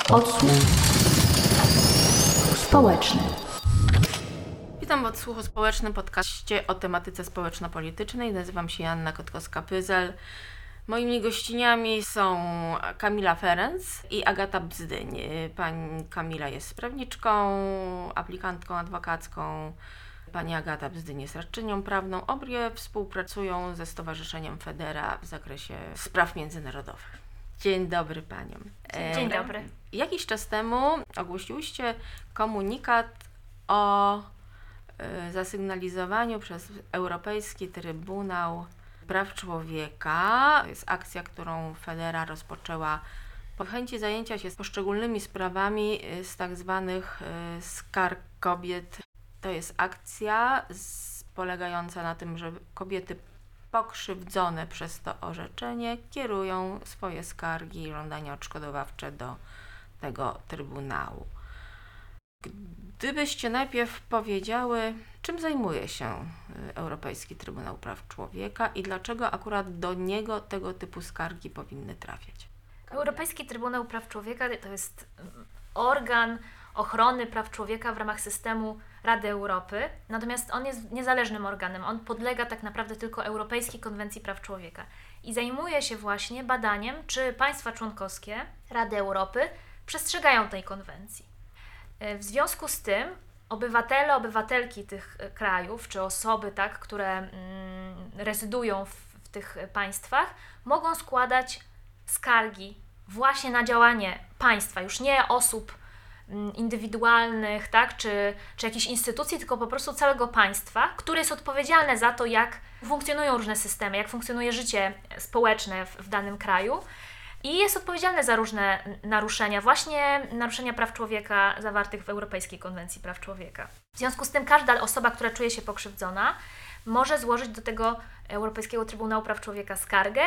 Odsłuch społeczny. Witam w Odsłuchu Społecznym, podcaście o tematyce społeczno-politycznej. Nazywam się Joanna Kotkowska-Pyzel. Moimi gościniami są Kamila Ferenc i Agata Bzdyń. Pani Kamila jest prawniczką, aplikantką adwokacką. Pani Agata Bzdyń jest radczynią prawną. Obie współpracują ze Stowarzyszeniem Federa w zakresie spraw międzynarodowych. Dzień dobry paniom. Dzień dobry. Jakiś czas temu ogłosiłyście komunikat o zasygnalizowaniu przez Europejski Trybunał Praw Człowieka. To jest akcja, którą Federa rozpoczęła po chęci zajęcia się z poszczególnymi sprawami z tak zwanych skarg kobiet. To jest akcja polegająca na tym, że kobiety pokrzywdzone przez to orzeczenie kierują swoje skargi i żądania odszkodowawcze do tego Trybunału. Gdybyście najpierw powiedziały, czym zajmuje się Europejski Trybunał Praw Człowieka i dlaczego akurat do niego tego typu skargi powinny trafiać? Europejski Trybunał Praw Człowieka to jest organ ochrony praw człowieka w ramach systemu Rady Europy, natomiast on jest niezależnym organem, on podlega tak naprawdę tylko Europejskiej Konwencji Praw Człowieka i zajmuje się właśnie badaniem, czy państwa członkowskie Rady Europy przestrzegają tej konwencji. W związku z tym obywatele, obywatelki tych krajów, czy osoby, które rezydują w tych państwach, mogą składać skargi właśnie na działanie państwa, już nie osób indywidualnych, czy jakichś instytucji, tylko po prostu całego państwa, które jest odpowiedzialne za to, jak funkcjonują różne systemy, jak funkcjonuje życie społeczne w danym kraju i jest odpowiedzialne za różne naruszenia, właśnie naruszenia praw człowieka zawartych w Europejskiej Konwencji Praw Człowieka. W związku z tym każda osoba, która czuje się pokrzywdzona, może złożyć do tego Europejskiego Trybunału Praw Człowieka skargę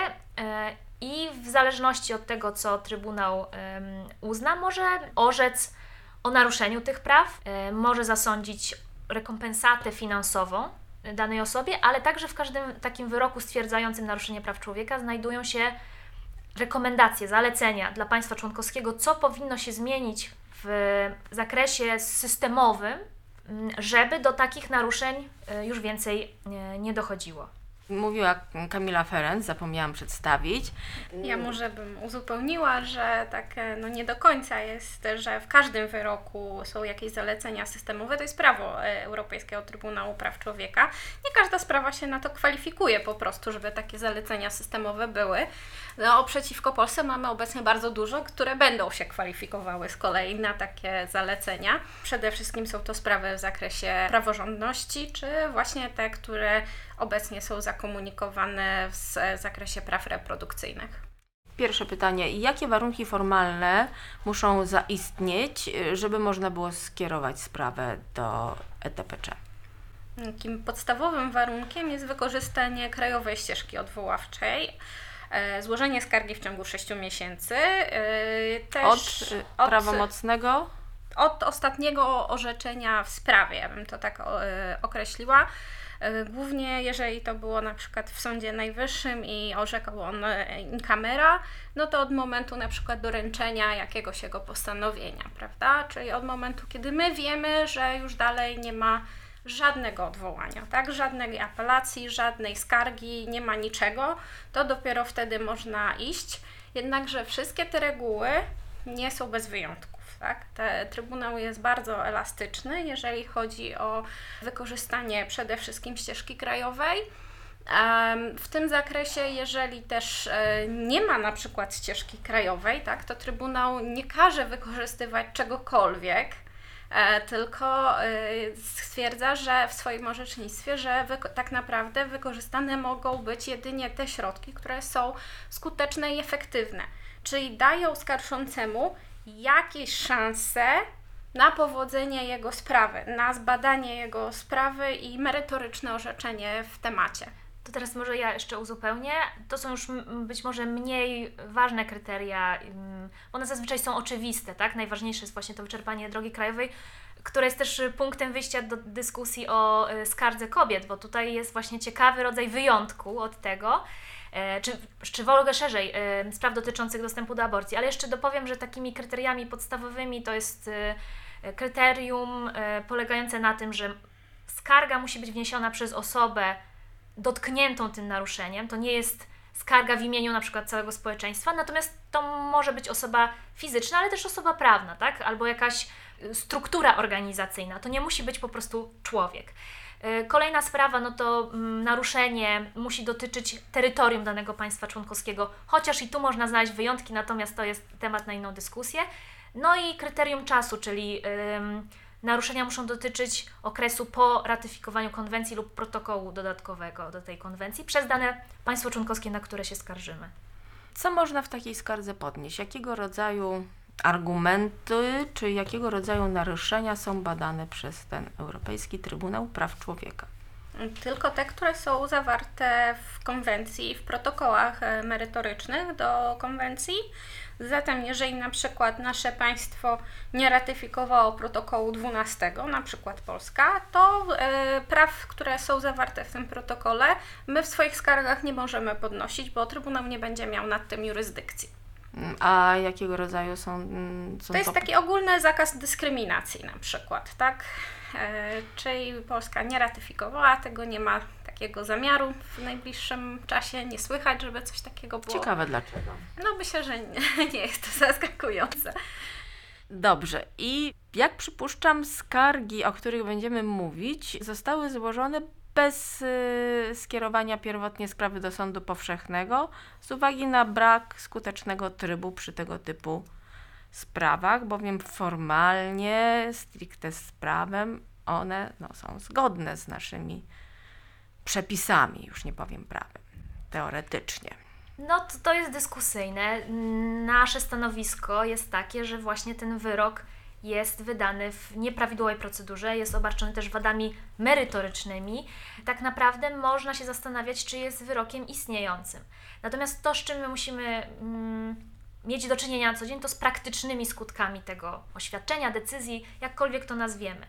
i w zależności od tego, co Trybunał uzna, może orzec o naruszeniu tych praw, może zasądzić rekompensatę finansową danej osobie, ale także w każdym takim wyroku stwierdzającym naruszenie praw człowieka znajdują się rekomendacje, zalecenia dla państwa członkowskiego, co powinno się zmienić w zakresie systemowym, żeby do takich naruszeń już więcej nie dochodziło. Mówiła Kamila Ferenc, zapomniałam przedstawić. Ja może bym uzupełniła, że nie do końca jest, że w każdym wyroku są jakieś zalecenia systemowe. To jest prawo Europejskiego Trybunału Praw Człowieka. Nie każda sprawa się na to kwalifikuje po prostu, żeby takie zalecenia systemowe były. Przeciwko Polsce mamy obecnie bardzo dużo, które będą się kwalifikowały z kolei na takie zalecenia. Przede wszystkim są to sprawy w zakresie praworządności, czy właśnie te, które obecnie są zakomunikowane w zakresie praw reprodukcyjnych. Pierwsze pytanie. Jakie warunki formalne muszą zaistnieć, żeby można było skierować sprawę do ETPC? Takim podstawowym warunkiem jest wykorzystanie krajowej ścieżki odwoławczej, złożenie skargi w ciągu 6 miesięcy. Od prawomocnego? Od ostatniego orzeczenia w sprawie, ja bym to tak określiła. Głównie jeżeli to było na przykład w Sądzie Najwyższym i orzekał on in camera, no to od momentu na przykład doręczenia jakiegoś jego postanowienia, prawda? Czyli od momentu, kiedy my wiemy, że już dalej nie ma żadnego odwołania, żadnej apelacji, żadnej skargi, nie ma niczego, to dopiero wtedy można iść. Jednakże wszystkie te reguły nie są bez wyjątków. Trybunał jest bardzo elastyczny, jeżeli chodzi o wykorzystanie przede wszystkim ścieżki krajowej. W tym zakresie, jeżeli też nie ma na przykład ścieżki krajowej, to Trybunał nie każe wykorzystywać czegokolwiek, tylko stwierdza, że w swoim orzecznictwie, że tak naprawdę wykorzystane mogą być jedynie te środki, które są skuteczne i efektywne, czyli dają skarżącemu jakieś szanse na powodzenie jego sprawy, na zbadanie jego sprawy i merytoryczne orzeczenie w temacie. To teraz może ja jeszcze uzupełnię. To są już być może mniej ważne kryteria. One zazwyczaj są oczywiste, Najważniejsze jest właśnie to wyczerpanie drogi krajowej, które jest też punktem wyjścia do dyskusji o skardze kobiet, bo tutaj jest właśnie ciekawy rodzaj wyjątku od tego. czy w ogóle szerzej spraw dotyczących dostępu do aborcji. Ale jeszcze dopowiem, że takimi kryteriami podstawowymi to jest kryterium polegające na tym, że skarga musi być wniesiona przez osobę dotkniętą tym naruszeniem. To nie jest skarga w imieniu na przykład całego społeczeństwa, natomiast to może być osoba fizyczna, ale też osoba prawna, tak? Albo jakaś struktura organizacyjna. To nie musi być po prostu człowiek. Kolejna sprawa, no to naruszenie musi dotyczyć terytorium danego państwa członkowskiego, chociaż i tu można znaleźć wyjątki, natomiast to jest temat na inną dyskusję. No i kryterium czasu, czyli naruszenia muszą dotyczyć okresu po ratyfikowaniu konwencji lub protokołu dodatkowego do tej konwencji przez dane państwo członkowskie, na które się skarżymy. Co można w takiej skardze podnieść? Jakiego rodzaju argumenty, czy jakiego rodzaju naruszenia są badane przez ten Europejski Trybunał Praw Człowieka? Tylko te, które są zawarte w konwencji, w protokołach merytorycznych do konwencji. Zatem jeżeli na przykład nasze państwo nie ratyfikowało protokołu 12, na przykład Polska, to praw, które są zawarte w tym protokole, my w swoich skargach nie możemy podnosić, bo Trybunał nie będzie miał nad tym jurysdykcji. A jakiego rodzaju są to jest taki ogólny zakaz dyskryminacji na przykład, tak? Czyli Polska nie ratyfikowała tego, nie ma takiego zamiaru w najbliższym czasie, nie słychać, żeby coś takiego było. Ciekawe dlaczego. No myślę, że nie jest to zaskakujące. Dobrze. I jak przypuszczam, skargi, o których będziemy mówić, zostały złożone bez skierowania pierwotnie sprawy do sądu powszechnego z uwagi na brak skutecznego trybu przy tego typu sprawach, bowiem formalnie, stricte z prawem, one są zgodne z naszymi przepisami, już nie powiem prawem, teoretycznie. No to jest dyskusyjne. Nasze stanowisko jest takie, że właśnie ten wyrok jest wydany w nieprawidłowej procedurze, jest obarczony też wadami merytorycznymi. Tak naprawdę można się zastanawiać, czy jest wyrokiem istniejącym. Natomiast to, z czym my musimy mieć do czynienia na co dzień, to z praktycznymi skutkami tego oświadczenia, decyzji, jakkolwiek to nazwiemy.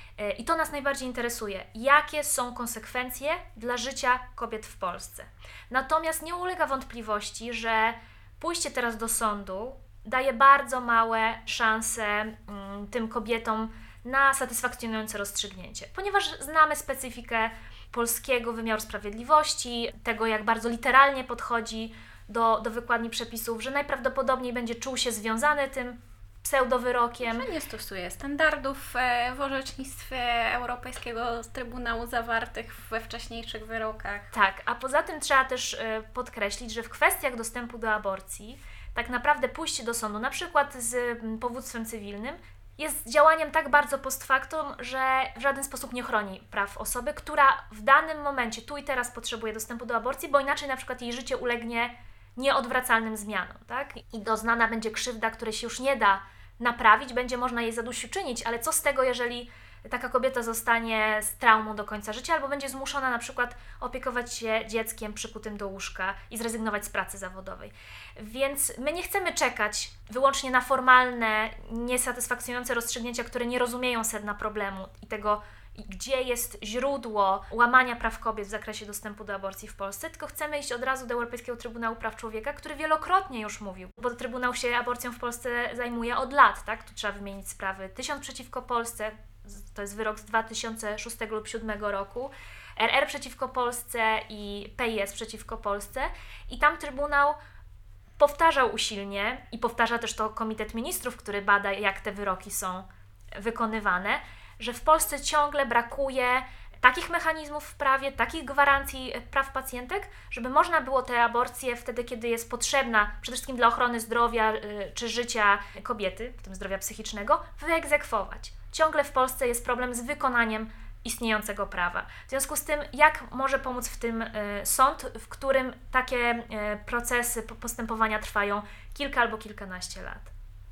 I to nas najbardziej interesuje. Jakie są konsekwencje dla życia kobiet w Polsce? Natomiast nie ulega wątpliwości, że pójście teraz do sądu daje bardzo małe szanse tym kobietom na satysfakcjonujące rozstrzygnięcie, ponieważ znamy specyfikę polskiego wymiaru sprawiedliwości, tego jak bardzo literalnie podchodzi do wykładni przepisów, że najprawdopodobniej będzie czuł się związany tym pseudowyrokiem. Że nie stosuje standardów w orzecznictwie Europejskiego Trybunału zawartych we wcześniejszych wyrokach. Tak, a poza tym trzeba też podkreślić, że w kwestiach dostępu do aborcji tak naprawdę pójście do sądu, na przykład z powództwem cywilnym, jest działaniem tak bardzo post factum, że w żaden sposób nie chroni praw osoby, która w danym momencie, tu i teraz potrzebuje dostępu do aborcji, bo inaczej na przykład jej życie ulegnie nieodwracalnym zmianom, tak? I doznana będzie krzywda, której się już nie da naprawić, będzie można jej zadośćuczynić, ale co z tego, jeżeli taka kobieta zostanie z traumą do końca życia albo będzie zmuszona na przykład opiekować się dzieckiem przykutym do łóżka i zrezygnować z pracy zawodowej. Więc my nie chcemy czekać wyłącznie na formalne, niesatysfakcjonujące rozstrzygnięcia, które nie rozumieją sedna problemu i tego, gdzie jest źródło łamania praw kobiet w zakresie dostępu do aborcji w Polsce, tylko chcemy iść od razu do Europejskiego Trybunału Praw Człowieka, który wielokrotnie już mówił, bo Trybunał się aborcją w Polsce zajmuje od lat, tak? Tu trzeba wymienić sprawy 1000 przeciwko Polsce, to jest wyrok z 2006 lub 2007 roku, RR przeciwko Polsce i PiS przeciwko Polsce i tam Trybunał powtarzał usilnie i powtarza też to Komitet Ministrów, który bada, jak te wyroki są wykonywane, że w Polsce ciągle brakuje takich mechanizmów w prawie, takich gwarancji praw pacjentek, żeby można było te aborcje wtedy, kiedy jest potrzebna, przede wszystkim dla ochrony zdrowia czy życia kobiety, w tym zdrowia psychicznego, wyegzekwować. Ciągle w Polsce jest problem z wykonaniem istniejącego prawa. W związku z tym, jak może pomóc w tym sąd, w którym takie procesy, postępowania trwają kilka albo kilkanaście lat?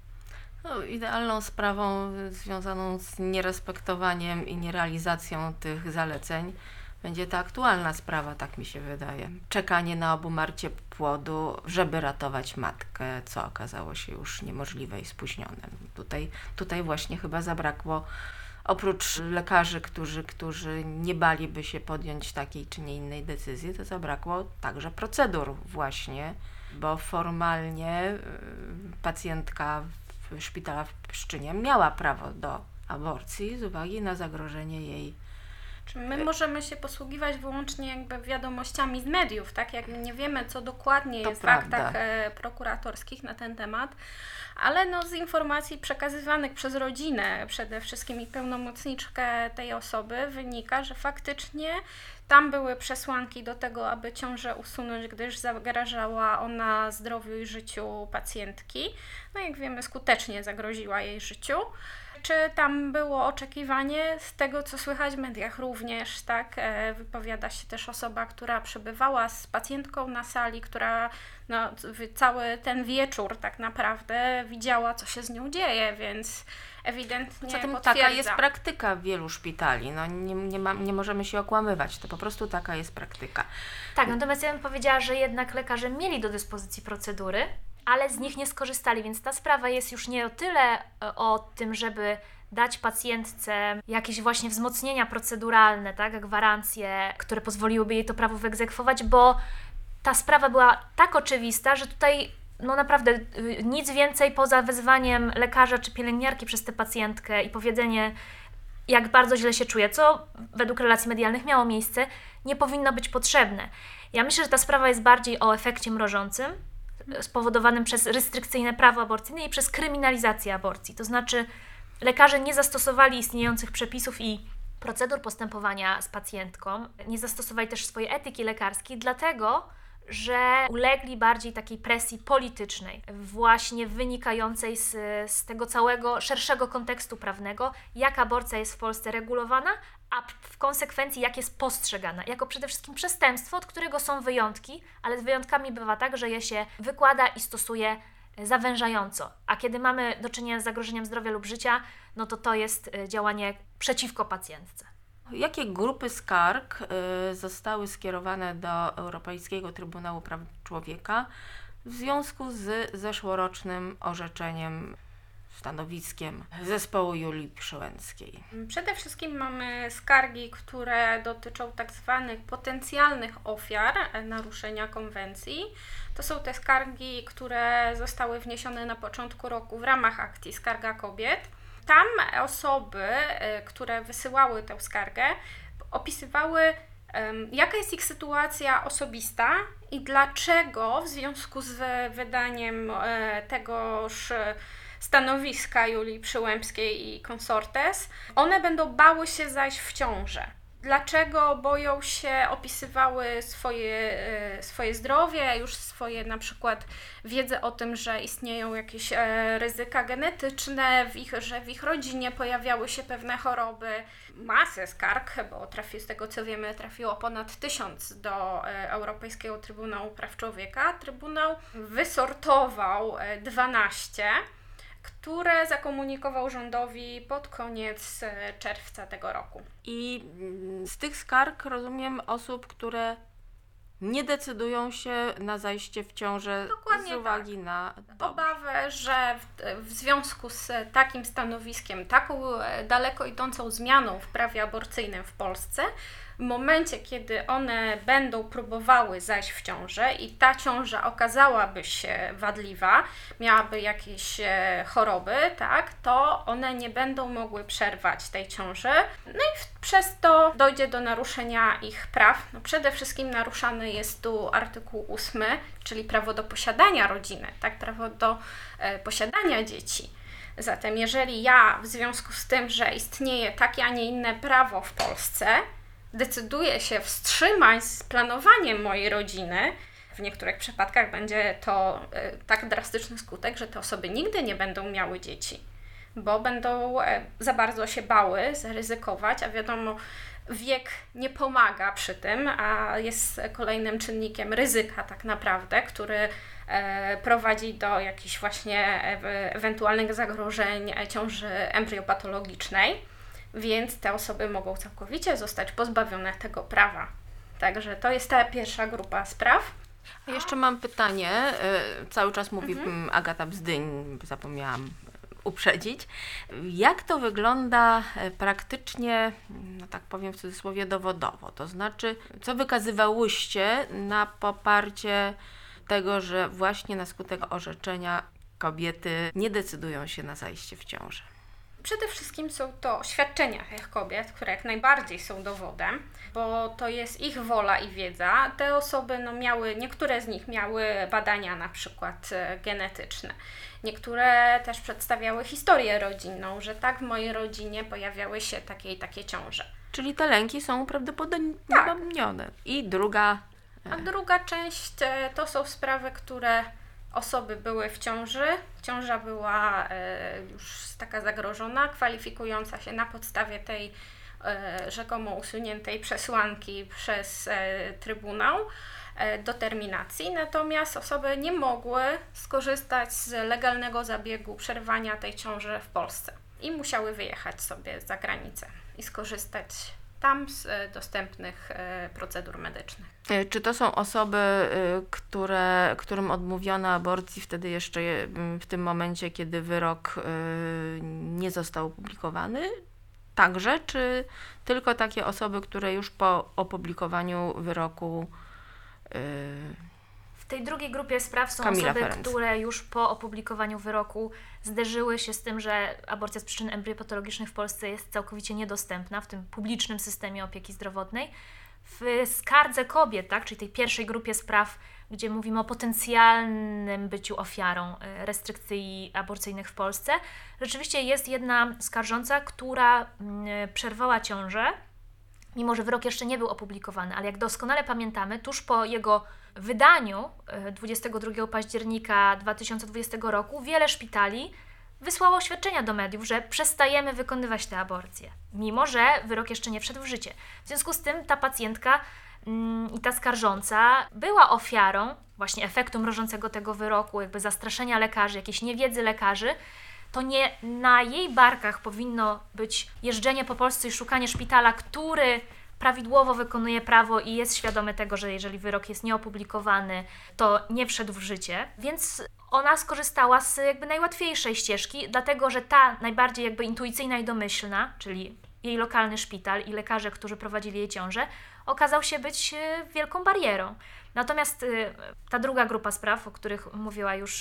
No, idealną sprawą związaną z nierespektowaniem i nierealizacją tych zaleceń będzie ta aktualna sprawa, tak mi się wydaje. Czekanie na obumarcie płodu, żeby ratować matkę, co okazało się już niemożliwe i spóźnione. Tutaj właśnie chyba zabrakło oprócz lekarzy, którzy nie baliby się podjąć takiej czy nie innej decyzji, to zabrakło także procedur właśnie, bo formalnie pacjentka szpitala w Pszczynie miała prawo do aborcji z uwagi na zagrożenie jej. Czy my możemy się posługiwać wyłącznie jakby wiadomościami z mediów, tak? Jak nie wiemy, co dokładnie To jest prawda. w aktach prokuratorskich na ten temat, ale no z informacji przekazywanych przez rodzinę, przede wszystkim i pełnomocniczkę tej osoby, wynika, że faktycznie tam były przesłanki do tego, aby ciążę usunąć, gdyż zagrażała ona zdrowiu i życiu pacjentki. No jak wiemy, skutecznie zagroziła jej życiu. Czy tam było oczekiwanie? Z tego, co słychać w mediach również, tak, wypowiada się też osoba, która przebywała z pacjentką na sali, która no, cały ten wieczór tak naprawdę widziała, co się z nią dzieje, więc ewidentnie Zatem potwierdza. taka jest praktyka wielu szpitali. No, nie możemy się okłamywać, to po prostu taka jest praktyka. Tak, natomiast ja bym powiedziała, że jednak lekarze mieli do dyspozycji procedury, ale z nich nie skorzystali, więc ta sprawa jest już nie o tyle o tym, żeby dać pacjentce jakieś właśnie wzmocnienia proceduralne, tak, gwarancje, które pozwoliłyby jej to prawo wyegzekwować, bo ta sprawa była tak oczywista, że tutaj no naprawdę nic więcej poza wezwaniem lekarza czy pielęgniarki przez tę pacjentkę i powiedzenie, jak bardzo źle się czuje, co według relacji medialnych miało miejsce, nie powinno być potrzebne. Ja myślę, że ta sprawa jest bardziej o efekcie mrożącym, spowodowanym przez restrykcyjne prawo aborcyjne i przez kryminalizację aborcji. To znaczy lekarze nie zastosowali istniejących przepisów i procedur postępowania z pacjentką, nie zastosowali też swojej etyki lekarskiej, dlatego że ulegli bardziej takiej presji politycznej, właśnie wynikającej z tego całego szerszego kontekstu prawnego, jak aborcja jest w Polsce regulowana, a w konsekwencji jak jest postrzegana, jako przede wszystkim przestępstwo, od którego są wyjątki, ale z wyjątkami bywa tak, że je się wykłada i stosuje zawężająco, a kiedy mamy do czynienia z zagrożeniem zdrowia lub życia, no to jest działanie przeciwko pacjentce. Jakie grupy skarg zostały skierowane do Europejskiego Trybunału Praw Człowieka w związku z zeszłorocznym orzeczeniem, stanowiskiem zespołu Julii Przyłębskiej? Przede wszystkim mamy skargi, które dotyczą tak zwanych potencjalnych ofiar naruszenia konwencji. To są te skargi, które zostały wniesione na początku roku w ramach akcji Skarga Kobiet. Tam osoby, które wysyłały tę skargę, opisywały, jaka jest ich sytuacja osobista i dlaczego w związku z wydaniem tegoż stanowiska Julii Przyłębskiej i konsortes, one będą bały się zajść w ciążę. Dlaczego boją się, opisywały swoje zdrowie, już swoje na przykład wiedzę o tym, że istnieją jakieś ryzyka genetyczne, że w ich rodzinie pojawiały się pewne choroby. Masę skarg, bo z tego co wiemy trafiło ponad 1000 do Europejskiego Trybunału Praw Człowieka. Trybunał wysortował 12, które zakomunikował rządowi pod koniec czerwca tego roku. I z tych skarg rozumiem osób, które nie decydują się na zajście w ciążę Dokładnie z uwagi na obawę, że w związku z takim stanowiskiem, taką daleko idącą zmianą w prawie aborcyjnym w Polsce, w momencie, kiedy one będą próbowały zajść w ciążę i ta ciąża okazałaby się wadliwa, miałaby jakieś choroby, tak, to one nie będą mogły przerwać tej ciąży. No i przez to dojdzie do naruszenia ich praw. No przede wszystkim naruszany jest tu artykuł 8, czyli prawo do posiadania rodziny, tak, prawo do posiadania dzieci. Zatem jeżeli ja w związku z tym, że istnieje takie, a nie inne prawo w Polsce, decyduję się wstrzymać z planowaniem mojej rodziny, w niektórych przypadkach będzie to tak drastyczny skutek, że te osoby nigdy nie będą miały dzieci, bo będą za bardzo się bały zaryzykować, a wiadomo, wiek nie pomaga przy tym, a jest kolejnym czynnikiem ryzyka tak naprawdę, który prowadzi do jakichś właśnie ewentualnych zagrożeń ciąży embriopatologicznej. Więc te osoby mogą całkowicie zostać pozbawione tego prawa. Także to jest ta pierwsza grupa spraw. A jeszcze mam pytanie. Cały czas mówi Agata Bzdyń, zapomniałam uprzedzić. Jak to wygląda praktycznie, no tak powiem w cudzysłowie, dowodowo? To znaczy, co wykazywałyście na poparcie tego, że właśnie na skutek orzeczenia kobiety nie decydują się na zajście w ciążę? Przede wszystkim są to oświadczenia tych kobiet, które jak najbardziej są dowodem, bo to jest ich wola i wiedza. Te osoby niektóre z nich miały badania na przykład genetyczne. Niektóre też przedstawiały historię rodzinną, że tak w mojej rodzinie pojawiały się takie i takie ciąże. Czyli te lęki są prawdopodobnie I druga... A druga część to są sprawy, które osoby były w ciąży. Ciąża była już taka zagrożona, kwalifikująca się na podstawie tej rzekomo usuniętej przesłanki przez Trybunał do terminacji. Natomiast osoby nie mogły skorzystać z legalnego zabiegu przerwania tej ciąży w Polsce i musiały wyjechać sobie za granicę i skorzystać tam z dostępnych procedur medycznych. Czy to są osoby, którym odmówiono aborcji wtedy jeszcze w tym momencie, kiedy wyrok nie został opublikowany? Także, czy tylko takie osoby, które już po opublikowaniu wyroku... W tej drugiej grupie spraw są Kamila osoby, Ferenc. które już po opublikowaniu wyroku zderzyły się z tym, że aborcja z przyczyn embriopatologicznych w Polsce jest całkowicie niedostępna w tym publicznym systemie opieki zdrowotnej. W skardze kobiet, tak, czyli tej pierwszej grupie spraw, gdzie mówimy o potencjalnym byciu ofiarą restrykcji aborcyjnych w Polsce, rzeczywiście jest jedna skarżąca, która przerwała ciążę, mimo że wyrok jeszcze nie był opublikowany, ale jak doskonale pamiętamy, tuż po jego wydaniu 22 października 2020 roku wiele szpitali wysłało oświadczenia do mediów, że przestajemy wykonywać te aborcje, mimo że wyrok jeszcze nie wszedł w życie. W związku z tym ta pacjentka i ta skarżąca była ofiarą właśnie efektu mrożącego tego wyroku, jakby zastraszenia lekarzy, jakiejś niewiedzy lekarzy. To nie na jej barkach powinno być jeżdżenie po Polsce i szukanie szpitala, który prawidłowo wykonuje prawo i jest świadomy tego, że jeżeli wyrok jest nieopublikowany, to nie wszedł w życie. Więc ona skorzystała z jakby najłatwiejszej ścieżki, dlatego że ta najbardziej jakby intuicyjna i domyślna, czyli jej lokalny szpital i lekarze, którzy prowadzili jej ciążę, okazał się być wielką barierą. Natomiast ta druga grupa spraw, o których mówiła już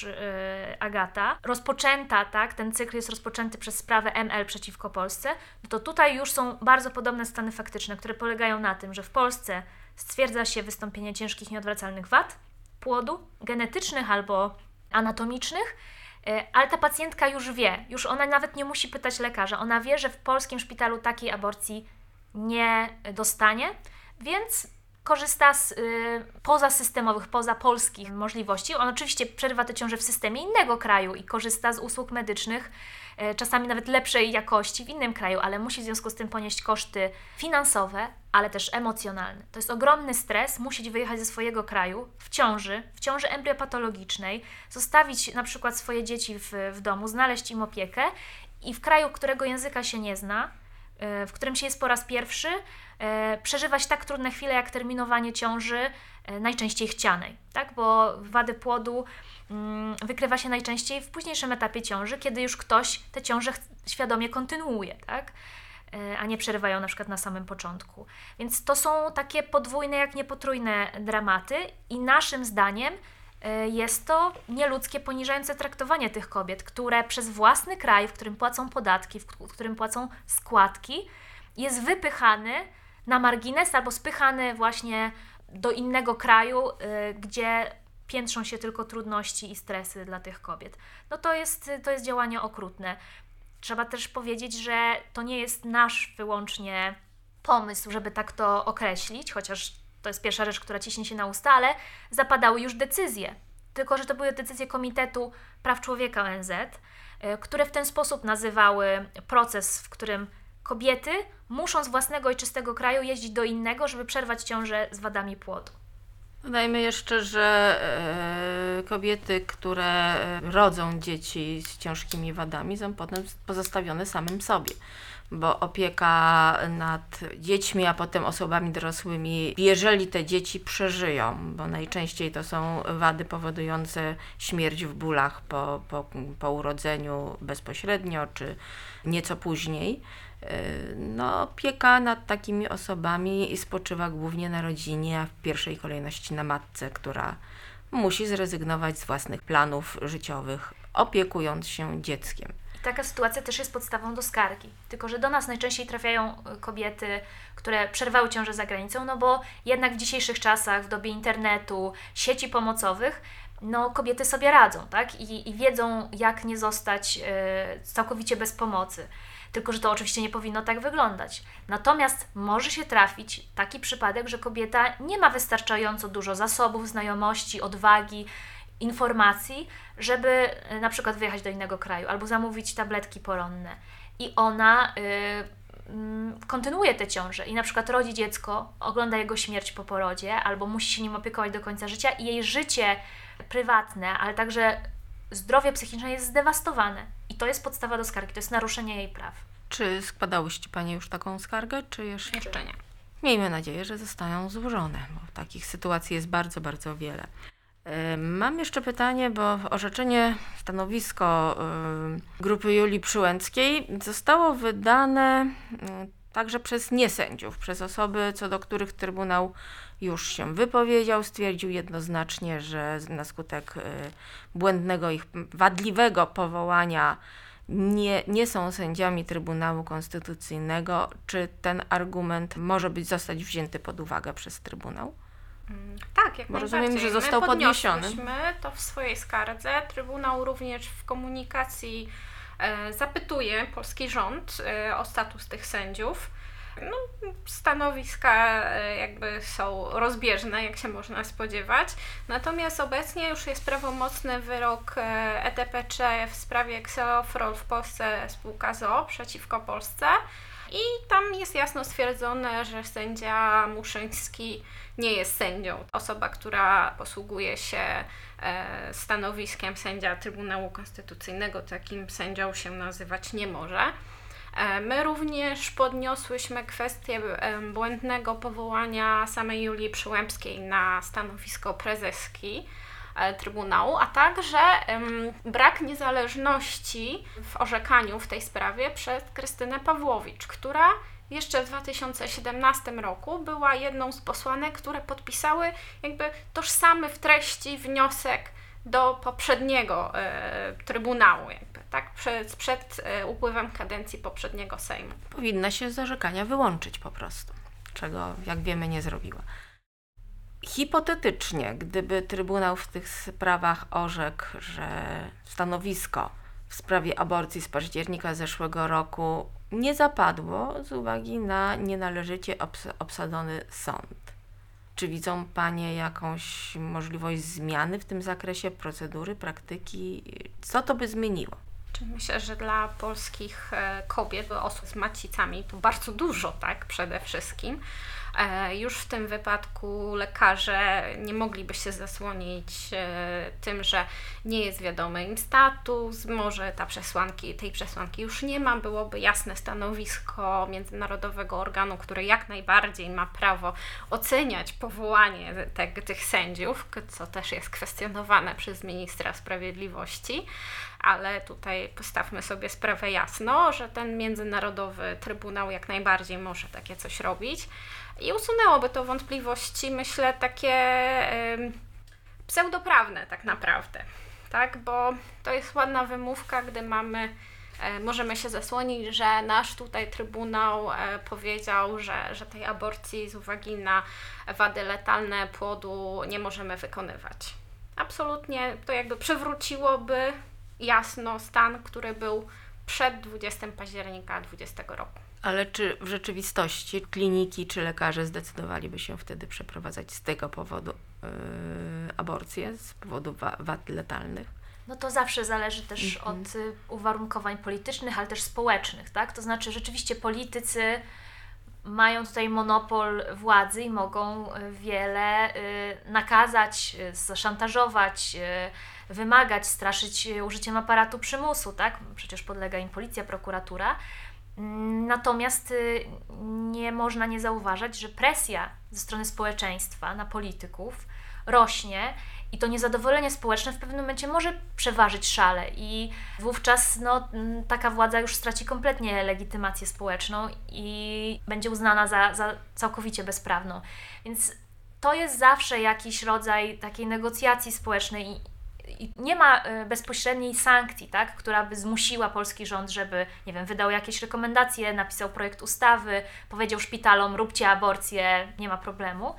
Agata, rozpoczęta, tak, ten cykl jest rozpoczęty przez sprawę ML przeciwko Polsce, no to tutaj już są bardzo podobne stany faktyczne, które polegają na tym, że w Polsce stwierdza się wystąpienie ciężkich nieodwracalnych wad płodu, genetycznych albo anatomicznych, ale ta pacjentka już wie, już ona nawet nie musi pytać lekarza, ona wie, że w polskim szpitalu takiej aborcji nie dostanie, więc korzysta z pozasystemowych, pozapolskich możliwości. On oczywiście przerywa tę ciążę w systemie innego kraju i korzysta z usług medycznych, czasami nawet lepszej jakości w innym kraju, ale musi w związku z tym ponieść koszty finansowe, ale też emocjonalne. To jest ogromny stres, musieć wyjechać ze swojego kraju w ciąży embriopatologicznej, zostawić na przykład swoje dzieci w domu, znaleźć im opiekę i w kraju, którego języka się nie zna, w którym się jest po raz pierwszy, przeżywać tak trudne chwile jak terminowanie ciąży, najczęściej chcianej, tak? Bo wady płodu wykrywa się najczęściej w późniejszym etapie ciąży, kiedy już ktoś tę ciążę świadomie kontynuuje, tak? A nie przerywa ją na przykład na samym początku. Więc to są takie podwójne, jak nie potrójne dramaty i naszym zdaniem jest to nieludzkie, poniżające traktowanie tych kobiet, które przez własny kraj, w którym płacą podatki, w którym płacą składki, jest wypychany na margines albo spychany właśnie do innego kraju, gdzie piętrzą się tylko trudności i stresy dla tych kobiet. No to jest działanie okrutne. Trzeba też powiedzieć, że to nie jest nasz wyłącznie pomysł, żeby tak to określić, chociaż to jest pierwsza rzecz, która ciśnie się na usta, ale zapadały już decyzje. Tylko że to były decyzje Komitetu Praw Człowieka ONZ, które w ten sposób nazywały proces, w którym kobiety muszą z własnego ojczystego kraju jeździć do innego, żeby przerwać ciążę z wadami płodu. Dodajmy jeszcze, że kobiety, które rodzą dzieci z ciężkimi wadami, są potem pozostawione samym sobie, bo opieka nad dziećmi, a potem osobami dorosłymi, jeżeli te dzieci przeżyją, bo najczęściej to są wady powodujące śmierć w bólach po urodzeniu bezpośrednio, czy nieco później, no, opieka nad takimi osobami spoczywa głównie na rodzinie, a w pierwszej kolejności na matce, która musi zrezygnować z własnych planów życiowych, opiekując się dzieckiem. I taka sytuacja też jest podstawą do skargi. Tylko że do nas najczęściej trafiają kobiety, które przerwały ciążę za granicą, no bo jednak w dzisiejszych czasach, w dobie internetu, sieci pomocowych, no kobiety sobie radzą, tak? I wiedzą, jak nie zostać całkowicie bez pomocy. Tylko że to oczywiście nie powinno tak wyglądać. Natomiast może się trafić taki przypadek, że kobieta nie ma wystarczająco dużo zasobów, znajomości, odwagi, informacji, żeby na przykład wyjechać do innego kraju albo zamówić tabletki poronne. I ona kontynuuje tę ciążę i na przykład rodzi dziecko, ogląda jego śmierć po porodzie albo musi się nim opiekować do końca życia i jej życie prywatne, ale także zdrowie psychiczne jest zdewastowane. I to jest podstawa do skargi, to jest naruszenie jej praw. Czy składałyście Panie już taką skargę, czy jeszcze? Jeszcze nie. Miejmy nadzieję, że zostają złożone, bo takich sytuacji jest bardzo, bardzo wiele. Mam jeszcze pytanie, bo orzeczenie, stanowisko grupy Julii Przyłębskiej zostało wydane także przez niesędziów, przez osoby, co do których Trybunał już się wypowiedział, stwierdził jednoznacznie, że na skutek błędnego ich wadliwego powołania nie są sędziami Trybunału Konstytucyjnego. Czy ten argument może zostać wzięty pod uwagę przez Trybunał? Tak, jak Bo najbardziej. rozumiem, że został podniesiony. podniosłyśmy to w swojej skardze. Trybunał również w komunikacji zapytuje polski rząd o status tych sędziów. No, stanowiska jakby są rozbieżne, jak się można spodziewać. Natomiast obecnie już jest prawomocny wyrok ETPC w sprawie Xeofrol w Polsce spółka z.o.o. przeciwko Polsce. I tam jest jasno stwierdzone, że sędzia Muszyński nie jest sędzią. Osoba, która posługuje się stanowiskiem sędzia Trybunału Konstytucyjnego, takim sędzią się nazywać nie może. My również podniosłyśmy kwestię błędnego powołania samej Julii Przyłębskiej na stanowisko prezeski Trybunału, a także brak niezależności w orzekaniu w tej sprawie przez Krystynę Pawłowicz, która jeszcze w 2017 roku była jedną z posłanek, które podpisały jakby tożsamy w treści wniosek do poprzedniego Trybunału, jakby, tak, przed upływem kadencji poprzedniego Sejmu. Powinna się z orzekania wyłączyć po prostu, czego, jak wiemy, nie zrobiła. Hipotetycznie, gdyby Trybunał w tych sprawach orzekł, że stanowisko w sprawie aborcji z października zeszłego roku nie zapadło z uwagi na nienależycie obsadzony sąd. Czy widzą Panie jakąś możliwość zmiany w tym zakresie procedury, praktyki? Co to by zmieniło? Myślę, że dla polskich kobiet, osób z macicami to bardzo dużo, tak, przede wszystkim. Już w tym wypadku lekarze nie mogliby się zasłonić tym, że nie jest wiadomy im status, może tej przesłanki już nie ma, byłoby jasne stanowisko międzynarodowego organu, który jak najbardziej ma prawo oceniać powołanie tych sędziów, co też jest kwestionowane przez ministra sprawiedliwości, ale tutaj postawmy sobie sprawę jasno, że ten międzynarodowy trybunał jak najbardziej może takie coś robić. I usunęłoby to wątpliwości, myślę, takie pseudoprawne tak naprawdę, tak? Bo to jest ładna wymówka, gdy możemy się zasłonić, że nasz tutaj Trybunał powiedział, że tej aborcji z uwagi na wady letalne płodu nie możemy wykonywać. Absolutnie to jakby przywróciłoby jasno stan, który był przed 20 października 2020 roku. Ale czy w rzeczywistości kliniki czy lekarze zdecydowaliby się wtedy przeprowadzać z tego powodu aborcję, z powodu wad letalnych? No to zawsze zależy też od uwarunkowań politycznych, ale też społecznych, tak? To znaczy rzeczywiście politycy mają tutaj monopol władzy i mogą wiele nakazać, zaszantażować, wymagać, straszyć użyciem aparatu przymusu, tak? Przecież podlega im policja, prokuratura. Natomiast nie można nie zauważać, że presja ze strony społeczeństwa na polityków rośnie i to niezadowolenie społeczne w pewnym momencie może przeważyć szale i wówczas taka władza już straci kompletnie legitymację społeczną i będzie uznana za całkowicie bezprawną. Więc to jest zawsze jakiś rodzaj takiej negocjacji społecznej i nie ma bezpośredniej sankcji, tak, która by zmusiła polski rząd, żeby, nie wiem, wydał jakieś rekomendacje, napisał projekt ustawy, powiedział szpitalom, róbcie aborcję, nie ma problemu.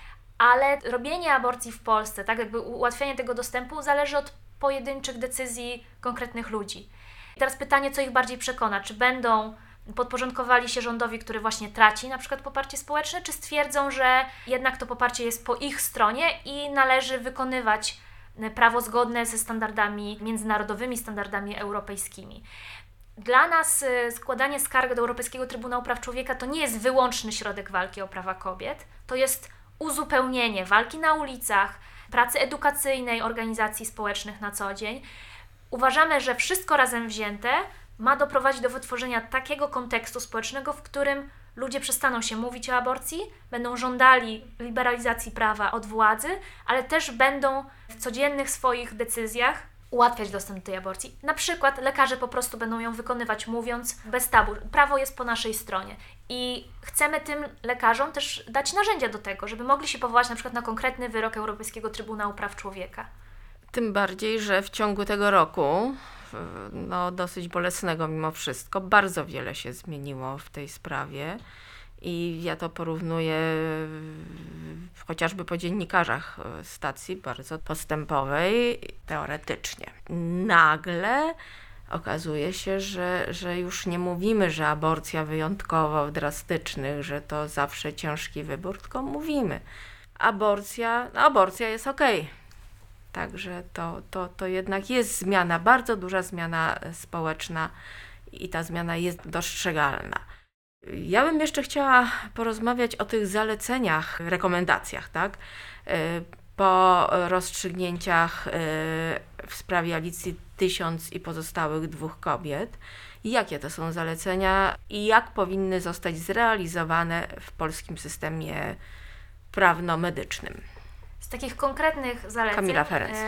Ale robienie aborcji w Polsce, tak, jakby ułatwianie tego dostępu zależy od pojedynczych decyzji konkretnych ludzi. I teraz pytanie, co ich bardziej przekona, czy będą podporządkowali się rządowi, który właśnie traci na przykład poparcie społeczne, czy stwierdzą, że jednak to poparcie jest po ich stronie i należy wykonywać prawo zgodne ze standardami międzynarodowymi, standardami europejskimi. Dla nas składanie skarg do Europejskiego Trybunału Praw Człowieka to nie jest wyłączny środek walki o prawa kobiet, to jest uzupełnienie walki na ulicach, pracy edukacyjnej, organizacji społecznych na co dzień. Uważamy, że wszystko razem wzięte ma doprowadzić do wytworzenia takiego kontekstu społecznego, w którym ludzie przestaną się mówić o aborcji, będą żądali liberalizacji prawa od władzy, ale też będą w codziennych swoich decyzjach ułatwiać dostęp do tej aborcji. Na przykład lekarze po prostu będą ją wykonywać, mówiąc bez tabu. Prawo jest po naszej stronie. I chcemy tym lekarzom też dać narzędzia do tego, żeby mogli się powołać na przykład na konkretny wyrok Europejskiego Trybunału Praw Człowieka. Tym bardziej, że w ciągu tego roku, dosyć bolesnego mimo wszystko, bardzo wiele się zmieniło w tej sprawie. I ja to porównuję chociażby po dziennikarzach stacji bardzo postępowej, teoretycznie. Nagle okazuje się, że już nie mówimy, że aborcja wyjątkowo drastycznych, że to zawsze ciężki wybór, tylko mówimy, aborcja jest okej. Także to jednak jest zmiana, bardzo duża zmiana społeczna i ta zmiana jest dostrzegalna. Ja bym jeszcze chciała porozmawiać o tych zaleceniach, rekomendacjach, tak? Po rozstrzygnięciach w sprawie Alicji 1000 i pozostałych 2 kobiet. Jakie to są zalecenia i jak powinny zostać zrealizowane w polskim systemie prawno-medycznym? Z takich konkretnych zaleceń... Kamila Ferenc.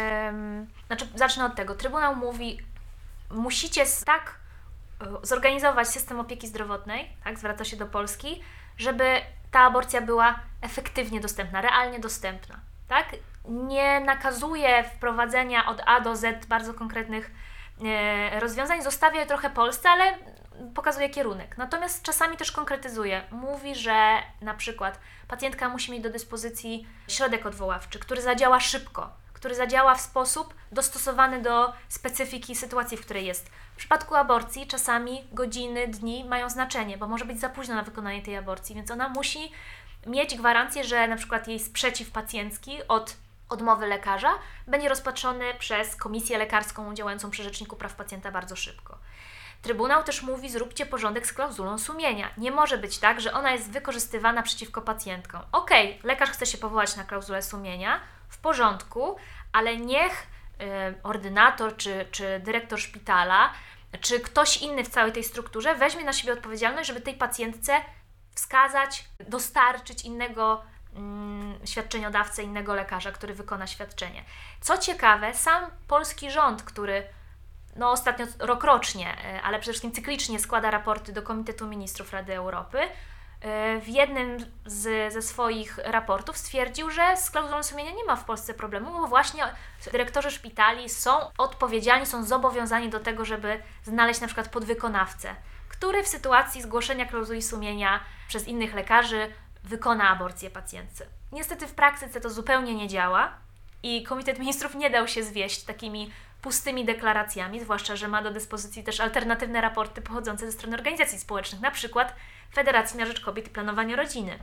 Zacznę od tego. Trybunał mówi, musicie tak zorganizować system opieki zdrowotnej, tak, zwraca się do Polski, żeby ta aborcja była efektywnie dostępna, realnie dostępna. Tak? Nie nakazuje wprowadzenia od A do Z bardzo konkretnych rozwiązań, zostawia je trochę Polsce, ale pokazuje kierunek. Natomiast czasami też konkretyzuje. Mówi, że na przykład pacjentka musi mieć do dyspozycji środek odwoławczy, który zadziała szybko, który zadziała w sposób dostosowany do specyfiki sytuacji, w której jest. W przypadku aborcji czasami godziny, dni mają znaczenie, bo może być za późno na wykonanie tej aborcji, więc ona musi mieć gwarancję, że na przykład jej sprzeciw pacjencki od odmowy lekarza będzie rozpatrzony przez komisję lekarską działającą przy Rzeczniku Praw Pacjenta bardzo szybko. Trybunał też mówi, zróbcie porządek z klauzulą sumienia. Nie może być tak, że ona jest wykorzystywana przeciwko pacjentkom. Okej, lekarz chce się powołać na klauzulę sumienia, w porządku, ale niech ordynator czy dyrektor szpitala, czy ktoś inny w całej tej strukturze weźmie na siebie odpowiedzialność, żeby tej pacjentce wskazać, dostarczyć innego świadczeniodawcę, innego lekarza, który wykona świadczenie. Co ciekawe, sam polski rząd, który ostatnio rokrocznie, ale przede wszystkim cyklicznie składa raporty do Komitetu Ministrów Rady Europy, w jednym ze swoich raportów stwierdził, że z klauzulą sumienia nie ma w Polsce problemu, bo właśnie dyrektorzy szpitali są odpowiedzialni, są zobowiązani do tego, żeby znaleźć na przykład podwykonawcę, który w sytuacji zgłoszenia klauzuli sumienia przez innych lekarzy wykona aborcję pacjentce. Niestety w praktyce to zupełnie nie działa i Komitet Ministrów nie dał się zwieść takimi pustymi deklaracjami, zwłaszcza, że ma do dyspozycji też alternatywne raporty pochodzące ze strony organizacji społecznych, na przykład Federacji na Rzecz Kobiet i Planowania Rodziny,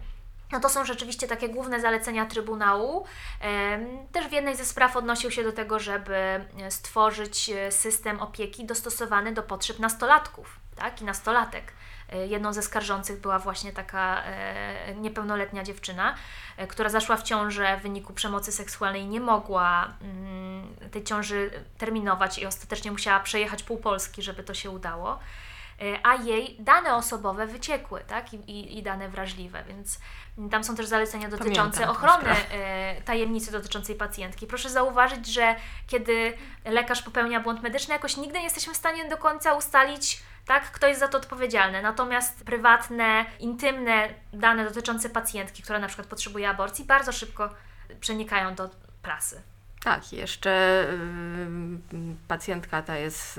No to są rzeczywiście takie główne zalecenia Trybunału. Też w jednej ze spraw odnosił się do tego, żeby stworzyć system opieki dostosowany do potrzeb nastolatków, tak, i nastolatek. Jedną ze skarżących była właśnie taka niepełnoletnia dziewczyna, która zaszła w ciążę w wyniku przemocy seksualnej, nie mogła tej ciąży terminować i ostatecznie musiała przejechać pół Polski, żeby to się udało, a jej dane osobowe wyciekły, tak? I dane wrażliwe, więc tam są też zalecenia dotyczące ochrony tajemnicy dotyczącej pacjentki. Proszę zauważyć, że kiedy lekarz popełnia błąd medyczny, jakoś nigdy nie jesteśmy w stanie do końca ustalić, tak, kto jest za to odpowiedzialny. Natomiast prywatne, intymne dane dotyczące pacjentki, która na przykład potrzebuje aborcji, bardzo szybko przenikają do prasy. Tak, jeszcze pacjentka ta jest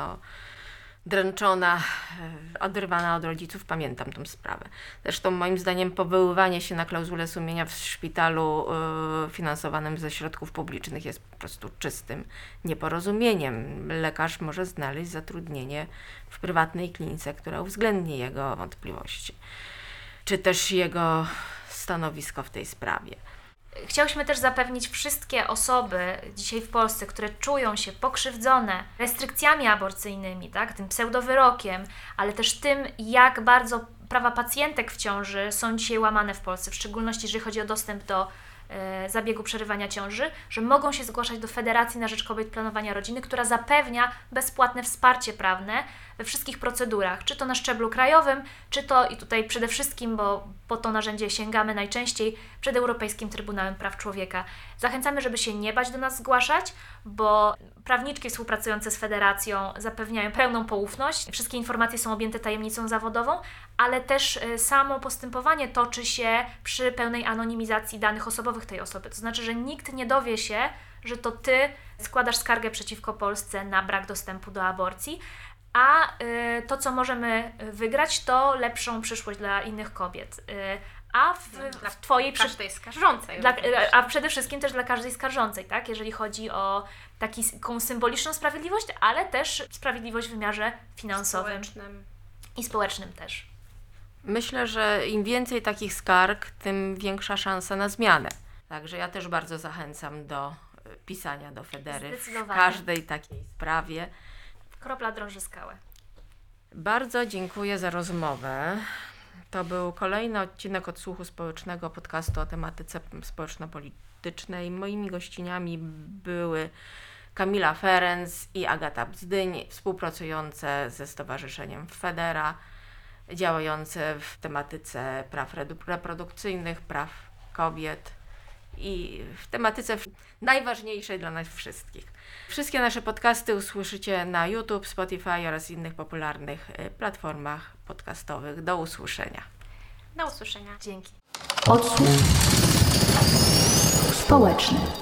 dręczona, oderwana od rodziców, pamiętam tą sprawę. Zresztą moim zdaniem powoływanie się na klauzulę sumienia w szpitalu finansowanym ze środków publicznych jest po prostu czystym nieporozumieniem. Lekarz może znaleźć zatrudnienie w prywatnej klinice, która uwzględni jego wątpliwości, czy też jego stanowisko w tej sprawie. Chciałyśmy też zapewnić wszystkie osoby dzisiaj w Polsce, które czują się pokrzywdzone restrykcjami aborcyjnymi, tak, tym pseudowyrokiem, ale też tym, jak bardzo prawa pacjentek w ciąży są dzisiaj łamane w Polsce, w szczególności jeżeli chodzi o dostęp do zabiegu przerywania ciąży, że mogą się zgłaszać do Federacji na Rzecz Kobiet Planowania Rodziny, która zapewnia bezpłatne wsparcie prawne we wszystkich procedurach, czy to na szczeblu krajowym, czy to i tutaj przede wszystkim, bo po to narzędzie sięgamy najczęściej, przed Europejskim Trybunałem Praw Człowieka. Zachęcamy, żeby się nie bać do nas zgłaszać, bo prawniczki współpracujące z Federacją zapewniają pełną poufność. Wszystkie informacje są objęte tajemnicą zawodową, ale też samo postępowanie toczy się przy pełnej anonimizacji danych osobowych tej osoby. To znaczy, że nikt nie dowie się, że to Ty składasz skargę przeciwko Polsce na brak dostępu do aborcji, a to, co możemy wygrać, to lepszą przyszłość dla innych kobiet. A w Twojej każdej skarżącej. a przede wszystkim też dla każdej skarżącej, tak? Jeżeli chodzi o taką symboliczną sprawiedliwość, ale też sprawiedliwość w wymiarze finansowym i społecznym też. Myślę, że im więcej takich skarg, tym większa szansa na zmianę. Także ja też bardzo zachęcam do pisania do Federy w każdej takiej sprawie. Kropla drąży skałę. Bardzo dziękuję za rozmowę. To był kolejny odcinek Odsłuchu Społecznego, podcastu o tematyce społeczno-politycznej. Moimi gościniami były Kamila Ferenc i Agata Bzdyń, współpracujące ze Stowarzyszeniem Federa, działające w tematyce praw reprodukcyjnych, praw kobiet i w tematyce najważniejszej dla nas wszystkich. Wszystkie nasze podcasty usłyszycie na YouTube, Spotify oraz innych popularnych platformach podcastowych. Do usłyszenia. Do usłyszenia. Dzięki. Odsłuch społeczny.